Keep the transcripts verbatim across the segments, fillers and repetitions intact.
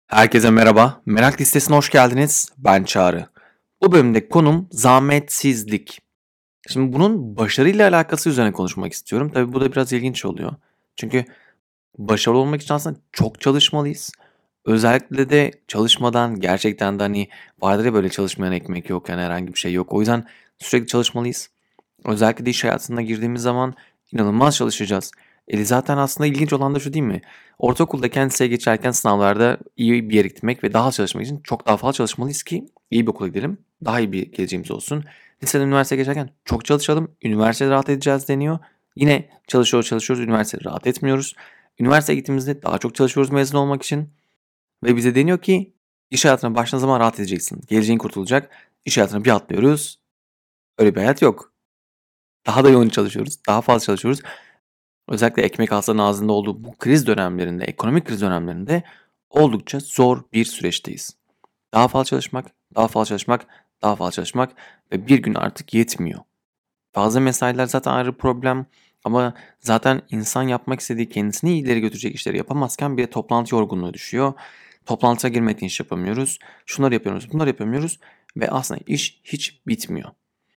Herkese merhaba. Merak listesine hoş geldiniz. Ben Çağrı. Bu bölümde konum zahmetsizlik. Şimdi bunun başarıyla alakası üzerine konuşmak istiyorum. Tabii bu da biraz ilginç oluyor. Çünkü başarılı olmak için aslında çok çalışmalıyız. Özellikle de çalışmadan gerçekten de hani vardır ya böyle çalışmayan ekmek yok yani herhangi bir şey yok. O yüzden sürekli çalışmalıyız. Özellikle de iş hayatına girdiğimiz zaman inanılmaz çalışacağız. E zaten aslında ilginç olan da şu değil mi? Ortaokuldayken liseye geçerken sınavlarda iyi bir yere gitmek ve daha çalışmak için çok daha fazla çalışmalıyız ki iyi bir okula gidelim. Daha iyi bir geleceğimiz olsun. Liseden üniversiteye geçerken çok çalışalım. Üniversitede rahat edeceğiz deniyor. Yine çalışıyoruz çalışıyoruz. Üniversitede rahat etmiyoruz. Üniversiteye gittiğimizde daha çok çalışıyoruz mezun olmak için. Ve bize deniyor ki iş hayatına başladığın zaman rahat edeceksin. Geleceğin kurtulacak. İş hayatına bir atlıyoruz. Öyle bir hayat yok. Daha da yoğun çalışıyoruz. Daha fazla çalışıyoruz. Özellikle ekmek aslanın ağzında olduğu bu kriz dönemlerinde, ekonomik kriz dönemlerinde oldukça zor bir süreçteyiz. Daha fazla çalışmak, daha fazla çalışmak, daha fazla çalışmak ve bir gün artık yetmiyor. Fazla mesailer zaten ayrı problem ama zaten insan yapmak istediği kendisini ileri götürecek işleri yapamazken bir de toplantı yorgunluğu düşüyor. Toplantıya girmekten iş yapamıyoruz. Şunları yapamıyoruz, bunları yapamıyoruz ve aslında iş hiç bitmiyor.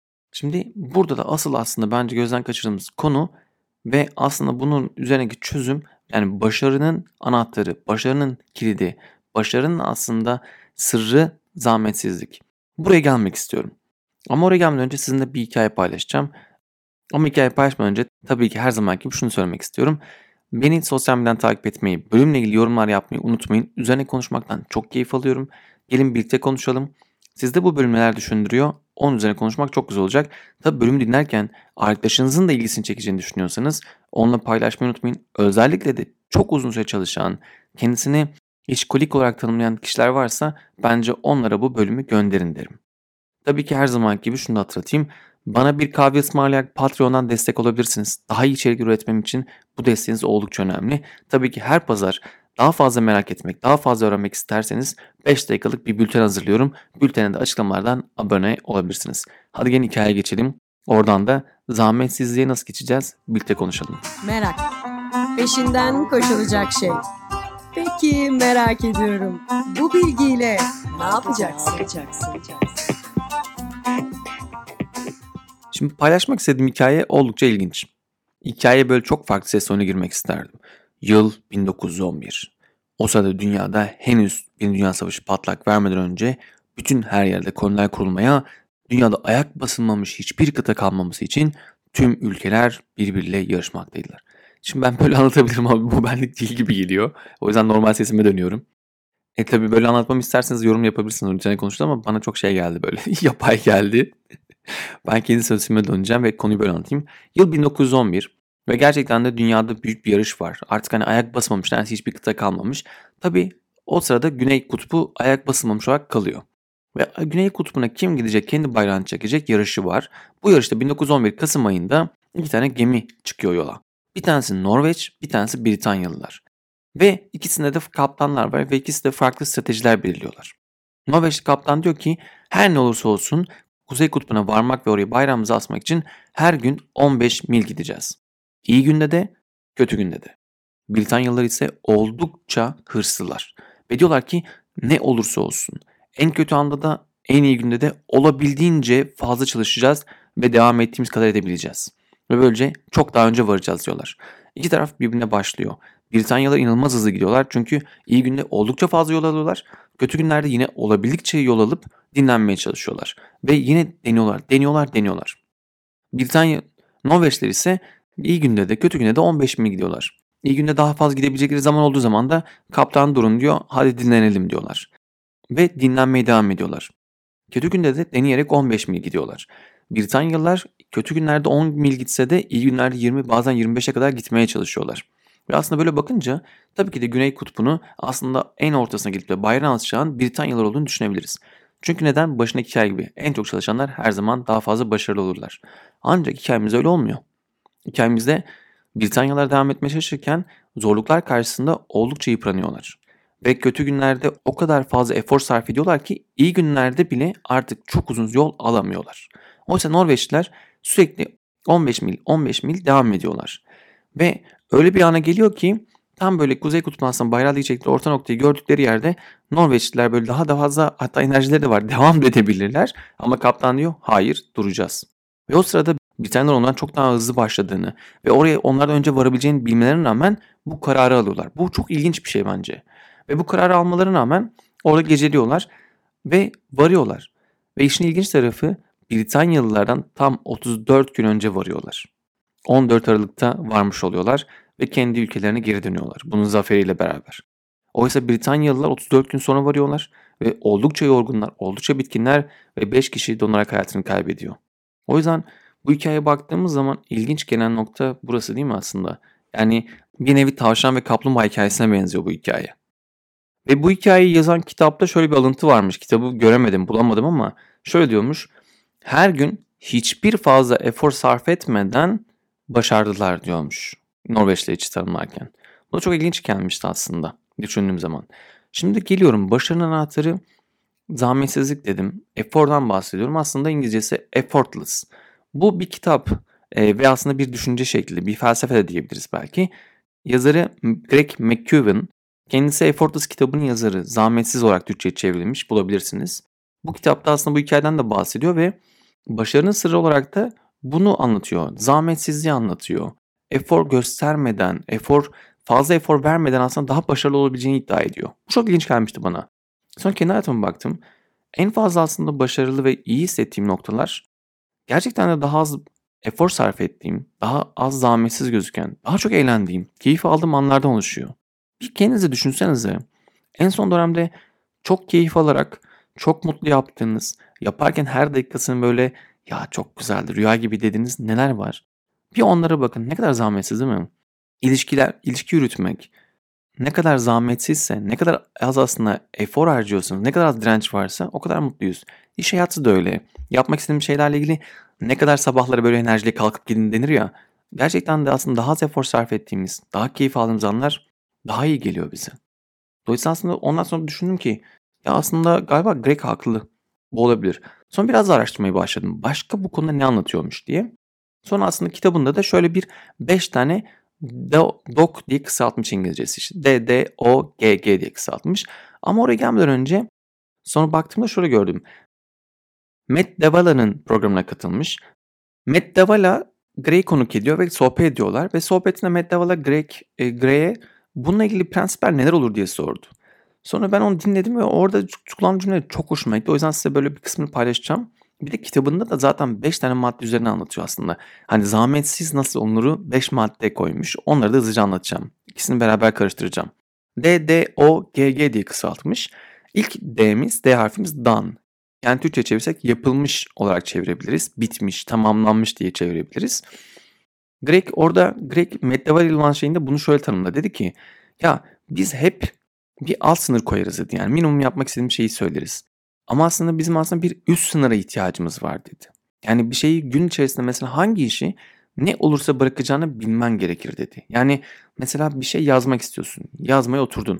Şimdi burada da asıl aslında bence gözden kaçırdığımız konu ve aslında bunun üzerindeki çözüm yani başarının anahtarı, başarının kilidi, başarının aslında sırrı zahmetsizlik. Buraya gelmek istiyorum. Ama oraya gelmeden önce sizinle bir hikaye paylaşacağım. Ama hikaye paylaşmadan önce tabii ki her zamanki gibi şunu söylemek istiyorum. Beni sosyal medyadan takip etmeyi, bölümle ilgili yorumlar yapmayı unutmayın. Üzerine konuşmaktan çok keyif alıyorum. Gelin birlikte konuşalım. Sizde bu bölüm neler düşündürüyor? Onun üzerine konuşmak çok güzel olacak. Tabii bölümü dinlerken arkadaşınızın da ilgisini çekeceğini düşünüyorsanız onunla paylaşmayı unutmayın. Özellikle de çok uzun süre çalışan, kendisini işkolik olarak tanımlayan kişiler varsa bence onlara bu bölümü gönderin derim. Tabii ki her zamanki gibi şunu da hatırlatayım. Bana bir kahve ısmarlayarak Patreon'dan destek olabilirsiniz. Daha iyi içerik üretmem için bu desteğiniz oldukça önemli. Tabii ki her pazar daha fazla merak etmek, daha fazla öğrenmek isterseniz beş dakikalık bir bülten hazırlıyorum. Bültene de açıklamalardan abone olabilirsiniz. Hadi gelin hikayeye geçelim. Oradan da zahmetsizliğe nasıl geçeceğiz birlikte konuşalım. Merak. Peşinden koşulacak şey. Peki merak ediyorum. Bu bilgiyle ne yapacaksın? Şimdi paylaşmak istediğim hikaye oldukça ilginç. Hikayeye böyle çok farklı ses tonuna girmek isterdim. Yıl bin dokuz yüz on bir. O sırada dünyada henüz bir Dünya Savaşı patlak vermeden önce bütün her yerde koloniler kurulmaya, dünyada ayak basılmamış hiçbir kıta kalmaması için tüm ülkeler birbiriyle yarışmaktaydılar. Şimdi ben böyle anlatabilirim ama bu benlik değil gibi geliyor. O yüzden normal sesime dönüyorum. E tabi böyle anlatmamı isterseniz yorum yapabilirsiniz. Üzerine konuştum ama bana çok şey geldi böyle. Yapay geldi. Ben kendi sözüme döneceğim ve konuyu böyle anlatayım. Yıl bin dokuz yüz on bir ve gerçekten de dünyada büyük bir yarış var. Artık hani ayak basmamış, neredeyse hiçbir kıta kalmamış. Tabii o sırada Güney Kutbu ayak basılmamış olarak kalıyor. Ve Güney Kutbu'na kim gidecek, kendi bayrağını çekecek yarışı var. Bu yarışta bin dokuz yüz on bir Kasım ayında iki tane gemi çıkıyor yola. Bir tanesi Norveç, bir tanesi Britanyalılar. Ve ikisinde de kaptanlar var ve ikisi de farklı stratejiler belirliyorlar. Norveçli kaptan diyor ki her ne olursa olsun Kuzey Kutbu'na varmak ve oraya bayrağımızı asmak için her gün on beş mil gideceğiz. İyi günde de, kötü günde de. Britanyalılar ise oldukça hırslılar. Ve diyorlar ki ne olursa olsun en kötü anda da en iyi günde de olabildiğince fazla çalışacağız ve devam ettiğimiz kadar edebileceğiz. Ve böylece çok daha önce varacağız diyorlar. İki taraf birbirine başlıyor. Britanyalılar inanılmaz hızlı gidiyorlar çünkü iyi günde oldukça fazla yol alıyorlar. Kötü günlerde yine olabildikçe yol alıp dinlenmeye çalışıyorlar. Ve yine deniyorlar, deniyorlar, deniyorlar. Britanya, Norveçler ise iyi günde de kötü günde de on beş mil gidiyorlar. İyi günde daha fazla gidebilecekleri zaman olduğu zaman da kaptan durun diyor, hadi dinlenelim diyorlar. Ve dinlenmeye devam ediyorlar. Kötü günde de deneyerek on beş mil gidiyorlar. Britanyalılar kötü günlerde on mil gitse de iyi günlerde yirmi bazen yirmi beşe kadar gitmeye çalışıyorlar. Ve aslında böyle bakınca tabii ki de Güney Kutbu'nu aslında en ortasına gidip de bayrağını asacağın Britanyalılar olduğunu düşünebiliriz. Çünkü neden? Başındaki hikaye gibi en çok çalışanlar her zaman daha fazla başarılı olurlar. Ancak hikayemiz öyle olmuyor. Hikayemizde Britanyalılar devam etmeye çalışırken zorluklar karşısında oldukça yıpranıyorlar. Ve kötü günlerde o kadar fazla efor sarf ediyorlar ki iyi günlerde bile artık çok uzun yol alamıyorlar. Oysa Norveçliler sürekli on beş mil on beş mil devam ediyorlar. Ve öyle bir ana geliyor ki tam böyle Kuzey Kutbu'ndan aslında bayrağı diyecekleri orta noktayı gördükleri yerde Norveçliler böyle daha da fazla hatta enerjileri de var. Devam da edebilirler. Ama kaptan diyor hayır duracağız. Ve o sırada Britanyalar ondan çok daha hızlı başladığını ve oraya onlardan önce varabileceğini bilmelerine rağmen bu kararı alıyorlar. Bu çok ilginç bir şey bence. Ve bu kararı almalarına rağmen orada geceliyorlar ve varıyorlar. Ve işin ilginç tarafı Britanyalılardan tam otuz dört gün önce varıyorlar. on dört Aralık'ta varmış oluyorlar ve kendi ülkelerine geri dönüyorlar. Bunun zaferiyle beraber. Oysa Britanyalılar otuz dört gün sonra varıyorlar ve oldukça yorgunlar, oldukça bitkinler ve beş kişi donarak hayatını kaybediyor. O yüzden bu hikayeye baktığımız zaman ilginç gelen nokta burası değil mi aslında? Yani bir nevi tavşan ve kaplumbağa hikayesine benziyor bu hikaye. Ve bu hikayeyi yazan kitapta şöyle bir alıntı varmış. Kitabı göremedim, bulamadım ama şöyle diyormuş. Her gün hiçbir fazla efor sarf etmeden başardılar diyormuş Norveçli işçi tanımlarken. Bu da çok ilginç gelmişti aslında düşündüğüm zaman. Şimdi geliyorum başarının anahtarı zahmetsizlik dedim. Efor'dan bahsediyorum. Aslında İngilizcesi effortless. Bu bir kitap e, ve aslında bir düşünce şekli, bir felsefe de diyebiliriz belki. Yazarı Greg McKeown. Kendisi Effortless kitabının yazarı. Zahmetsiz olarak Türkçe'ye çevrilmiş bulabilirsiniz. Bu kitapta aslında bu hikayeden de bahsediyor ve başarının sırrı olarak da bunu anlatıyor. Zahmetsizliği anlatıyor. Efor göstermeden, efor fazla efor vermeden aslında daha başarılı olabileceğini iddia ediyor. Bu çok ilginç gelmişti bana. Sonra kendi hayatıma baktım. En fazla aslında başarılı ve iyi hissettiğim noktalar gerçekten de daha az efor sarf ettiğim, daha az zahmetsiz gözüken, daha çok eğlendiğim, keyif aldığım anlardan oluşuyor. Bir kendinize düşünsenize. En son dönemde çok keyif alarak, çok mutlu yaptığınız, yaparken her dakikasını böyle ya çok güzeldi, rüya gibi dediğiniz neler var? Bir onlara bakın. Ne kadar zahmetsiz değil mi? İlişkiler, ilişki yürütmek ne kadar zahmetsizse, ne kadar az aslında efor harcıyorsunuz, ne kadar az direnç varsa o kadar mutluyuz. İş hayatı da öyle. Yapmak istediğim şeylerle ilgili ne kadar sabahları böyle enerjiyle kalkıp gidin denir ya. Gerçekten de aslında daha az efor sarf ettiğimiz, daha keyif aldığımız anlar daha iyi geliyor bize. Dolayısıyla aslında ondan sonra düşündüm ki ya aslında galiba Greg haklı. Bu olabilir. Sonra biraz da araştırmaya başladım. Başka bu konuda ne anlatıyormuş diye. Sonra aslında kitabında da şöyle bir beş tane Do- doc diye kısaltmış İngilizcesi işte. D D O G G diye kısaltmış. Ama oraya gelmeden önce sonra baktığımda şöyle gördüm. Matt Davala'nın programına katılmış. Matt Davala Grey'i konuk ediyor ve sohbet ediyorlar. Ve sohbetinde Matt Davala Greg, e, Grey'e bununla ilgili prensipler neler olur diye sordu. Sonra ben onu dinledim ve orada kullanılan cümle çok hoşuma gitti. O yüzden size böyle bir kısmını paylaşacağım. Bir de kitabında da zaten beş tane madde üzerine anlatıyor aslında. Hani zahmetsiz nasıl olunuru beş madde koymuş. Onları da hızlıca anlatacağım. İkisini beraber karıştıracağım. D, D, O, G, G diye kısaltmış. İlk D'miz, D harfimiz done. Yani Türkçe çevirsek yapılmış olarak çevirebiliriz. Bitmiş, tamamlanmış diye çevirebiliriz. Greg orada, Greg Meddeval olan şeyinde bunu şöyle tanımladı. Dedi ki ya biz hep bir alt sınır koyarız dedi. Yani minimum yapmak istediğim şeyi söyleriz. Ama aslında bizim aslında bir üst sınıra ihtiyacımız var dedi. Yani bir şeyi gün içerisinde mesela hangi işi ne olursa bırakacağını bilmen gerekir dedi. Yani mesela bir şey yazmak istiyorsun. Yazmaya oturdun.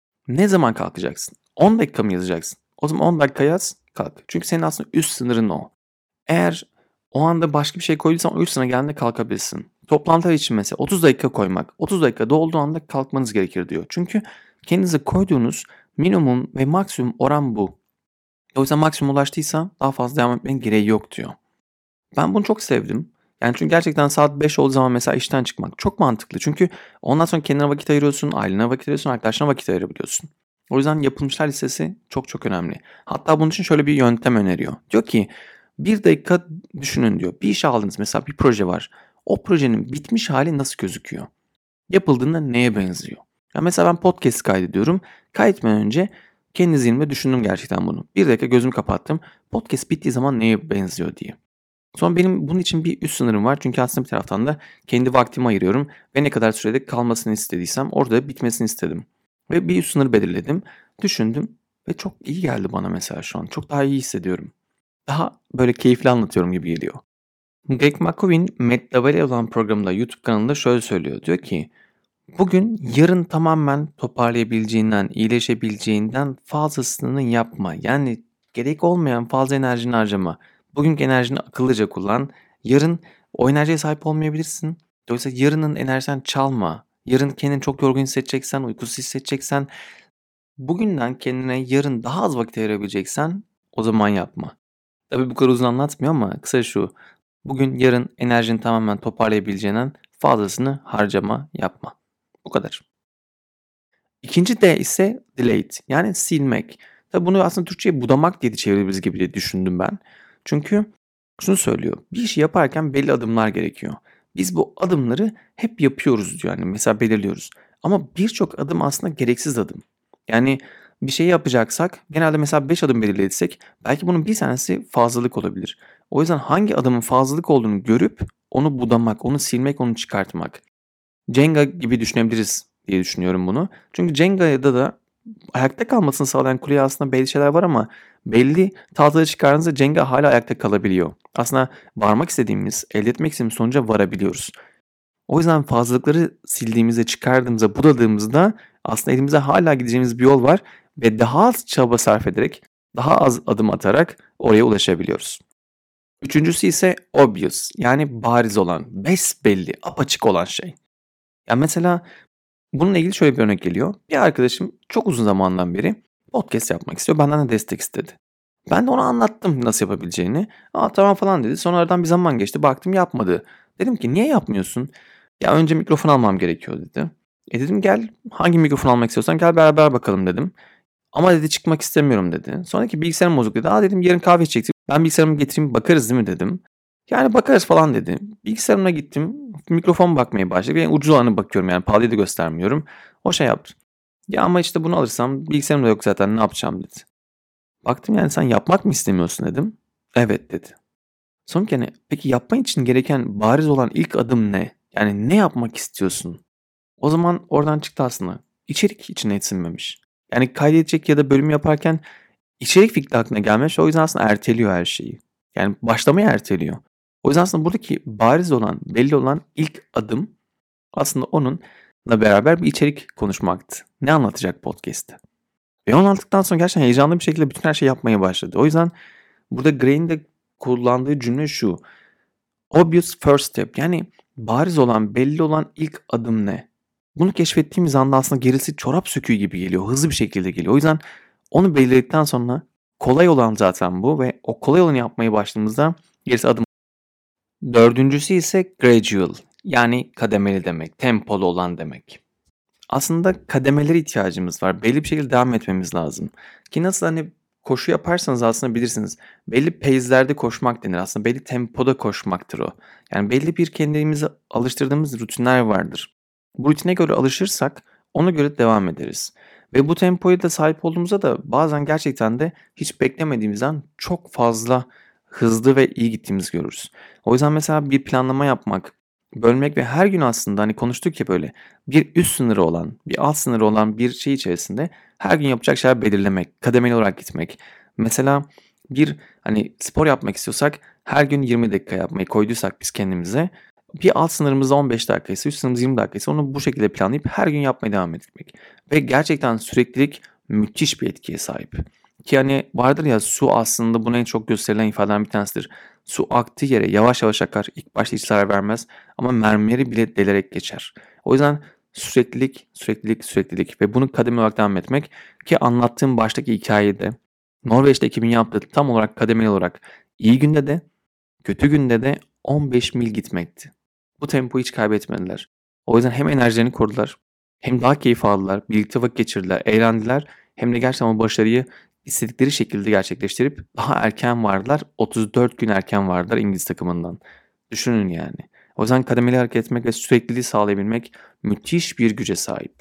Ne zaman kalkacaksın? on dakika mı yazacaksın? O zaman on dakika yaz, kalk. Çünkü senin aslında üst sınırın o. Eğer o anda başka bir şey koyduysan o üst sınıra geldiğinde kalkabilirsin. Toplantılar için mesela otuz dakika koymak. otuz dakika dolduğu anda kalkmanız gerekir diyor. Çünkü kendinize koyduğunuz minimum ve maksimum oran bu. O yüzden maksimum ulaştıysa daha fazla devam etmenin gereği yok diyor. Ben bunu çok sevdim. Yani çünkü gerçekten saat beş olduğu zaman mesela işten çıkmak çok mantıklı. Çünkü ondan sonra kendine vakit ayırıyorsun, ailene vakit ayırıyorsun, arkadaşlarına vakit ayırabiliyorsun. O yüzden yapılmışlar listesi çok çok önemli. Hatta bunun için şöyle bir yöntem öneriyor. Diyor ki bir dakika düşünün diyor. Bir iş aldınız mesela bir proje var. O projenin bitmiş hali nasıl gözüküyor? Yapıldığında neye benziyor? Ya mesela ben podcast kaydediyorum. Kaydetmeden önce kendi zihnimde düşündüm gerçekten bunu. Bir dakika gözümü kapattım. Podcast bittiği zaman neye benziyor diye. Sonra benim bunun için bir üst sınırım var. Çünkü aslında bir taraftan da kendi vaktimi ayırıyorum. Ve ne kadar sürede kalmasını istediysem orada bitmesini istedim. Ve bir üst sınır belirledim. Düşündüm ve çok iyi geldi bana mesela şu an. Çok daha iyi hissediyorum. Daha böyle keyifli anlatıyorum gibi geliyor. Greg McKeown, Matt Davale olan programında YouTube kanalında şöyle söylüyor. Diyor ki bugün yarın tamamen toparlayabileceğinden, iyileşebileceğinden fazlasını yapma. Yani gerek olmayan fazla enerjini harcama. Bugünkü enerjini akıllıca kullan. Yarın o enerjiye sahip olmayabilirsin. Dolayısıyla yarının enerjiden çalma. Yarın kendini çok yorgun hissedeceksen, uykusuz hissedeceksen, bugünden kendine yarın daha az vakit ayırabileceksen o zaman yapma. Tabii bu kadar uzun anlatmıyor ama kısa şu. Bugün yarın enerjini tamamen toparlayabileceğinden fazlasını harcama, yapma. Bu kadar. İkinci D ise delete, yani silmek. Tabii bunu aslında Türkçe'ye budamak diye de çevirebiliriz gibi de düşündüm ben. Çünkü şunu söylüyor. Bir işi yaparken belli adımlar gerekiyor. Biz bu adımları hep yapıyoruz diyor. Yani mesela belirliyoruz. Ama birçok adım aslında gereksiz adım. Yani bir şey yapacaksak genelde mesela beş adım belirlediysek belki bunun bir tanesi fazlalık olabilir. O yüzden hangi adımın fazlalık olduğunu görüp onu budamak, onu silmek, onu çıkartmak. Jenga gibi düşünebiliriz diye düşünüyorum bunu. Çünkü Jenga'da da ayakta kalmasını sağlayan kuleye aslında belli şeyler var ama belli tahtaları çıkardığınızda Jenga hala ayakta kalabiliyor. Aslında varmak istediğimiz, elde etmek istediğimiz sonuca varabiliyoruz. O yüzden fazlalıkları sildiğimizde, çıkardığımızda, budadığımızda aslında elimizde hala gideceğimiz bir yol var ve daha az çaba sarf ederek, daha az adım atarak oraya ulaşabiliyoruz. Üçüncüsü ise obvious, yani bariz olan, besbelli, apaçık olan şey. Ya mesela bununla ilgili şöyle bir örnek geliyor. Bir arkadaşım çok uzun zamandan beri podcast yapmak istiyor. Benden de destek istedi. Ben de ona anlattım nasıl yapabileceğini. Aa tamam falan dedi. Sonra aradan bir zaman geçti. Baktım yapmadı. Dedim ki niye yapmıyorsun? Ya önce mikrofon almam gerekiyor dedi. E dedim gel hangi mikrofon almak istiyorsan gel beraber bakalım dedim. Ama dedi çıkmak istemiyorum dedi. Sonraki bilgisayarım bozuk dedi. Aa dedim yarın kahve içecektik. Ben bilgisayarımı getireyim bakarız değil mi dedim. Yani bakarız falan dedi. Bilgisayarımla gittim. Mikrofon bakmaya başladık. Yani ucuz olanı bakıyorum yani pahalıyı da göstermiyorum. O şey yaptı. Ya ama işte bunu alırsam bilgisayarım da yok zaten ne yapacağım dedi. Baktım yani sen yapmak mı istemiyorsun dedim. Evet dedi. Sonra yani peki yapman için gereken bariz olan ilk adım ne? Yani ne yapmak istiyorsun? O zaman oradan çıktı aslında. İçerik içine etsinmemiş. Yani kaydedecek ya da bölüm yaparken içerik fikri aklına gelmiş. O yüzden aslında erteliyor her şeyi. Yani başlamayı erteliyor. O yüzden aslında buradaki bariz olan, belli olan ilk adım aslında onunla beraber bir içerik konuşmaktı. Ne anlatacak podcast'te? Ve onu anlattıktan sonra gerçekten heyecanlı bir şekilde bütün her şeyi yapmaya başladı. O yüzden burada Gray'in de kullandığı cümle şu. Obvious first step, yani bariz olan, belli olan ilk adım ne? Bunu keşfettiğimiz anda aslında gerisi çorap söküğü gibi geliyor. Hızlı bir şekilde geliyor. O yüzden onu belirledikten sonra kolay olan zaten bu ve o kolay olanı yapmaya başladığımızda gerisi adım. Dördüncüsü ise gradual, yani kademeli demek, tempolu olan demek. Aslında kademelere ihtiyacımız var. Belli bir şekilde devam etmemiz lazım. Ki nasıl hani koşu yaparsanız aslında bilirsiniz. Belli pace'lerde koşmak denir. Aslında belli tempoda koşmaktır o. Yani belli bir kendimizi alıştırdığımız rutinler vardır. Bu rutine göre alışırsak ona göre devam ederiz. Ve bu tempoya da sahip olduğumuzda da bazen gerçekten de hiç beklemediğimizden çok fazla hızlı ve iyi gittiğimizi görürüz. O yüzden mesela bir planlama yapmak, bölmek ve her gün aslında hani konuştuk ya böyle bir üst sınırı olan, bir alt sınırı olan bir şey içerisinde her gün yapacak şeyler belirlemek, kademeli olarak gitmek. Mesela bir hani spor yapmak istiyorsak her gün yirmi dakika yapmayı koyduysak biz kendimize bir alt sınırımız on beş dakikaysa, üst sınırımız yirmi dakikaysa onu bu şekilde planlayıp her gün yapmaya devam etmek. Ve gerçekten süreklilik müthiş bir etkiye sahip. Ki hani vardır ya su aslında buna en çok gösterilen ifadeden bir tanesidir. Su aktığı yere yavaş yavaş akar. İlk başta hiç zarar vermez ama mermeri bile delerek geçer. O yüzden süreklilik, süreklilik, süreklilik ve bunu kademeli olarak devam etmek ki anlattığım baştaki hikayede Norveç'te ekibin yaptığı tam olarak kademeli olarak iyi günde de kötü günde de on beş mil gitmekti. Bu tempoyu hiç kaybetmediler. O yüzden hem enerjilerini korudular hem daha keyif aldılar, birlikte vakit geçirdiler, eğlendiler hem de gerçekten o başarıyı istedikleri şekilde gerçekleştirip daha erken vardılar. otuz dört gün erken vardılar İngiliz takımından. Düşünün yani. O yüzden kademeli hareket etmek ve sürekliliği sağlayabilmek müthiş bir güce sahip.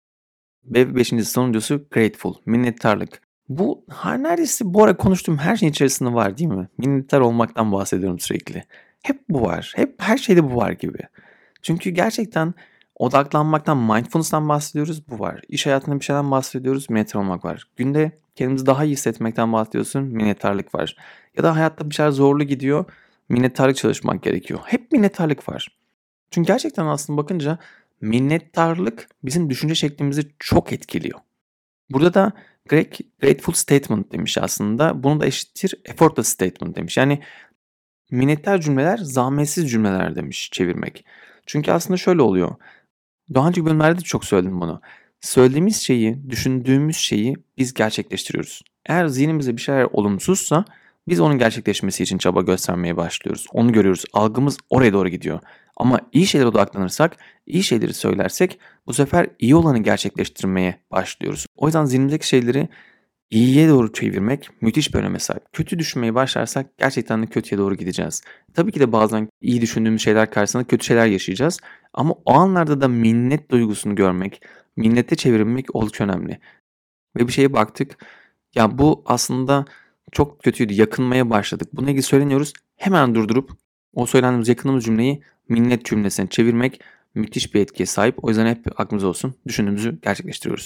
Ve beşincisi sonuncusu grateful, minnettarlık. Bu her neredeyse bu ara konuştuğum her şeyin içerisinde var değil mi? Minnettar olmaktan bahsediyorum sürekli. Hep bu var. Hep her şeyde bu var gibi. Çünkü gerçekten odaklanmaktan, mindfulness'tan bahsediyoruz. Bu var. İş hayatında bir şeyden bahsediyoruz. Minnettar olmak var. Günde kendimizi daha iyi hissetmekten bahsediyorsun. Minnettarlık var. Ya da hayatta bir şeyler zorlu gidiyor. Minnettarlık çalışmak gerekiyor. Hep minnettarlık var. Çünkü gerçekten aslında bakınca minnettarlık bizim düşünce şeklimizi çok etkiliyor. Burada da Greg grateful statement demiş aslında. Bunu da eşittir effortless statement demiş. Yani minnettar cümleler zahmetsiz cümleler demiş çevirmek. Çünkü aslında şöyle oluyor. Daha önceki bölümlerde de çok söyledim bunu. Söylediğimiz şeyi, düşündüğümüz şeyi biz gerçekleştiriyoruz. Eğer zihnimizde bir şeyler olumsuzsa biz onun gerçekleşmesi için çaba göstermeye başlıyoruz. Onu görüyoruz. Algımız oraya doğru gidiyor. Ama iyi şeylere odaklanırsak, iyi şeyleri söylersek bu sefer iyi olanı gerçekleştirmeye başlıyoruz. O yüzden zihnimizdeki şeyleri İyiye doğru çevirmek müthiş bir öneme sahip. Kötü düşünmeye başlarsak gerçekten de kötüye doğru gideceğiz. Tabii ki de bazen iyi düşündüğümüz şeyler karşısında kötü şeyler yaşayacağız. Ama o anlarda da minnet duygusunu görmek, minnete çevirmek oldukça önemli. Ve bir şeye baktık. Ya bu aslında çok kötüydü. Yakınmaya başladık. Bununla ilgili söyleniyoruz. Hemen durdurup o söylendiğimiz yakındığımız cümleyi minnet cümlesine çevirmek müthiş bir etkiye sahip. O yüzden hep aklımızda olsun. Düşündüğümüzü gerçekleştiriyoruz.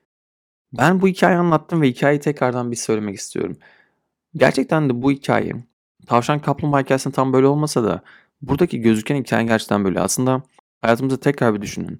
Ben bu hikayeyi anlattım ve hikayeyi tekrardan bir söylemek istiyorum. Gerçekten de bu hikaye Tavşan Kaplumbağa hikâyesinde tam böyle olmasa da buradaki gözüken hikaye gerçekten böyle. Aslında hayatımızda tekrar bir düşünün.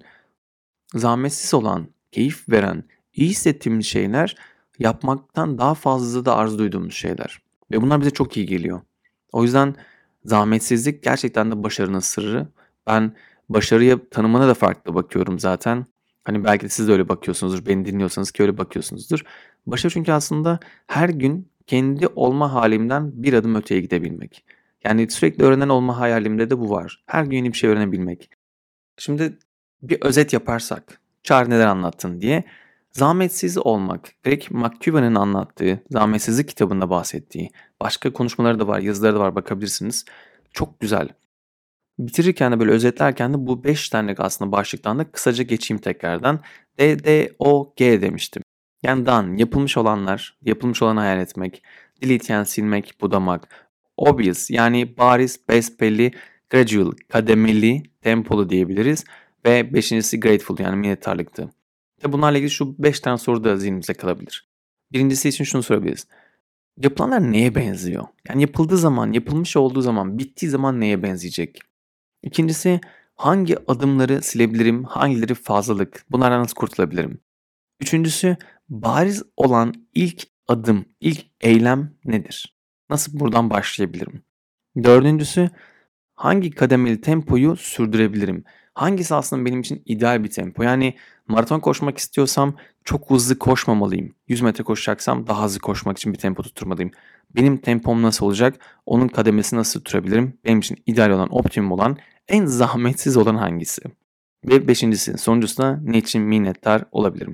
Zahmetsiz olan, keyif veren, iyi hissettiğimiz şeyler yapmaktan daha fazla da arzu duyduğumuz şeyler. Ve bunlar bize çok iyi geliyor. O yüzden zahmetsizlik gerçekten de başarının sırrı. Ben başarıya tanımına da farklı bakıyorum zaten. Hani belki de siz de öyle bakıyorsunuzdur. Beni dinliyorsanız ki öyle bakıyorsunuzdur. Başarı çünkü aslında her gün kendi olma halimden bir adım öteye gidebilmek. Yani sürekli öğrenen olma hayalimde de bu var. Her gün yeni bir şey öğrenebilmek. Şimdi bir özet yaparsak, Çağrı neden anlattın diye. Zahmetsiz olmak, Greg McKeown'un anlattığı, Zahmetsizlik kitabında bahsettiği, başka konuşmaları da var, yazıları da var, bakabilirsiniz. Çok güzel. Bitirirken de böyle özetlerken de bu beş tane aslında başlıktan da kısaca geçeyim tekrardan. D D O G demiştim. Yani done, yapılmış olanlar, yapılmış olanı hayal etmek, delete yani silmek, budamak, obvious yani bariz, besbelli, gradual, kademeli, tempolu diyebiliriz ve beşincisi grateful yani minnettarlıktı. Ve bunlarla ilgili şu beş tane soru da zihnimize kalabilir. Birincisi için şunu sorabiliriz. Yapılanlar neye benziyor? Yani yapıldığı zaman, yapılmış olduğu zaman, bittiği zaman neye benzeyecek? İkincisi hangi adımları silebilirim, hangileri fazlalık, bunlardan nasıl kurtulabilirim? Üçüncüsü bariz olan ilk adım, ilk eylem nedir? Nasıl buradan başlayabilirim? Dördüncüsü hangi kademeli tempoyu sürdürebilirim? Hangisi aslında benim için ideal bir tempo? Yani maraton koşmak istiyorsam çok hızlı koşmamalıyım. yüz metre koşacaksam daha hızlı koşmak için bir tempo tutturmalıyım. Benim tempom nasıl olacak? Onun kademesini nasıl tutturabilirim? Benim için ideal olan, optimum olan, en zahmetsiz olan hangisi? Ve beşincisi, sonuncusu da ne için minnettar olabilirim?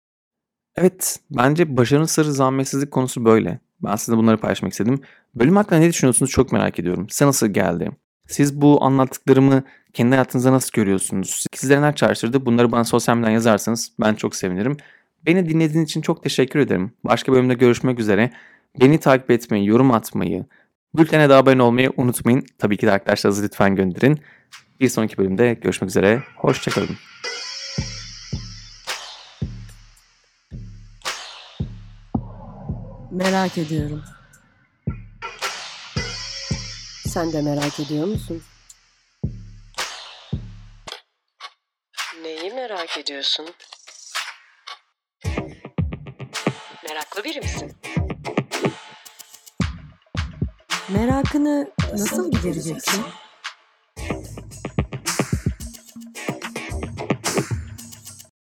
Evet, bence başarının sırrı zahmetsizlik konusu böyle. Ben sizinle bunları paylaşmak istedim. Bölüm hakkında ne düşünüyorsunuz çok merak ediyorum. Size nasıl geldi? Siz bu anlattıklarımı kendi hayatınızda nasıl görüyorsunuz? Sizlere neler çağrıştırdı? Bunları bana sosyal medyadan yazarsanız ben çok sevinirim. Beni dinlediğiniz için çok teşekkür ederim. Başka bölümde görüşmek üzere. Beni takip etmeyi, yorum atmayı, bültene de abone olmayı unutmayın. Tabii ki de arkadaşlarınızı lütfen gönderin. Bir sonraki bölümde görüşmek üzere. Hoşçakalın. Merak ediyorum. Sen de merak ediyor musun? Neyi merak ediyorsun? Meraklı biri misin? Merakını nasıl gidereceksin?